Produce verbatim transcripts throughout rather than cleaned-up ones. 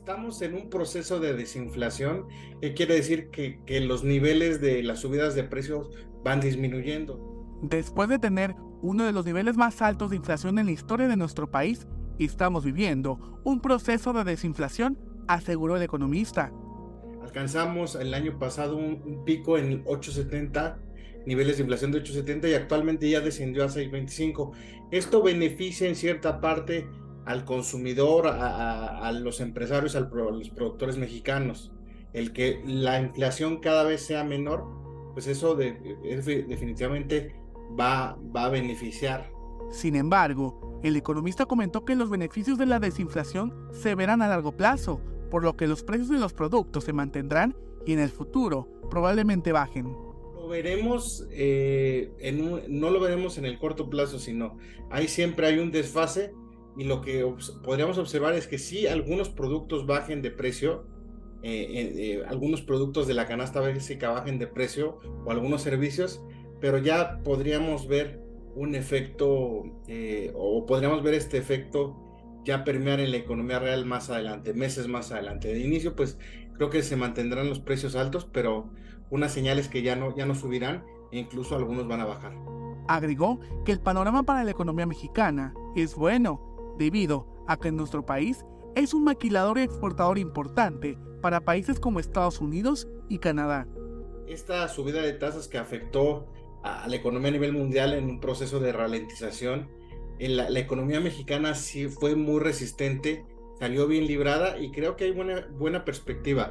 Estamos en un proceso de desinflación, que quiere decir que, que los niveles de las subidas de precios van disminuyendo. Después de tener uno de los niveles más altos de inflación en la historia de nuestro país, estamos viviendo un proceso de desinflación, aseguró el economista. Alcanzamos el año pasado un, un pico en ocho setenta, niveles de inflación de ocho setenta, y actualmente ya descendió a seis veinticinco. Esto beneficia en cierta parte al consumidor, a, a, a los empresarios, a los productores mexicanos. El que la inflación cada vez sea menor, pues eso de, es, definitivamente va, va a beneficiar. Sin embargo, el economista comentó que los beneficios de la desinflación se verán a largo plazo, por lo que los precios de los productos se mantendrán y en el futuro probablemente bajen. Lo veremos, eh, en un, no lo veremos en el corto plazo, sino ahí siempre hay un desfase, y lo que obs podríamos observar es que sí, algunos productos bajen de precio, eh, eh, eh, algunos productos de la canasta básica bajen de precio, o algunos servicios, pero ya podríamos ver un efecto, eh, o podríamos ver este efecto ya permear en la economía real más adelante, meses más adelante. De inicio, pues creo que se mantendrán los precios altos, pero unas señales que ya no, ya no subirán, e incluso algunos van a bajar. Agregó que el panorama para la economía mexicana es bueno, debido a que nuestro país es un maquilador y exportador importante para países como Estados Unidos y Canadá. Esta subida de tasas que afectó a la economía a nivel mundial en un proceso de ralentización, en la, la economía mexicana sí fue muy resistente, salió bien librada, y creo que hay buena, buena perspectiva.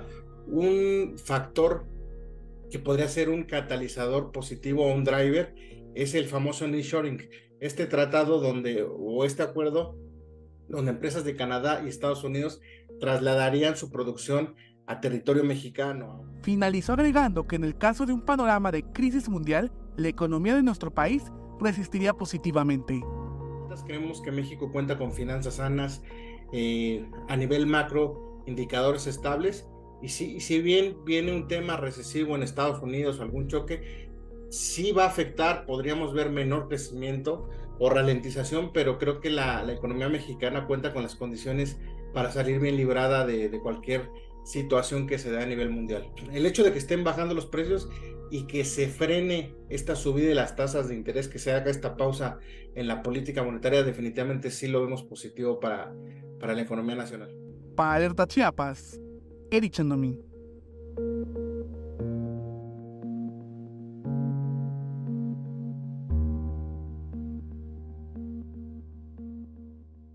Un factor que podría ser un catalizador positivo o un driver es el famoso nearshoring, este tratado donde, o este acuerdo donde empresas de Canadá y Estados Unidos trasladarían su producción a territorio mexicano. Finalizó agregando que en el caso de un panorama de crisis mundial, la economía de nuestro país resistiría positivamente. Creemos que México cuenta con finanzas sanas, eh, a nivel macro, indicadores estables, y si, y si bien viene un tema recesivo en Estados Unidos o algún choque, sí va a afectar, podríamos ver menor crecimiento o ralentización, pero creo que la, la economía mexicana cuenta con las condiciones para salir bien librada de, de cualquier situación que se dé a nivel mundial. El hecho de que estén bajando los precios y que se frene esta subida de las tasas de interés, que se haga esta pausa en la política monetaria, definitivamente sí lo vemos positivo para, para la economía nacional. Para Alerta Chiapas, Eric Chandomí.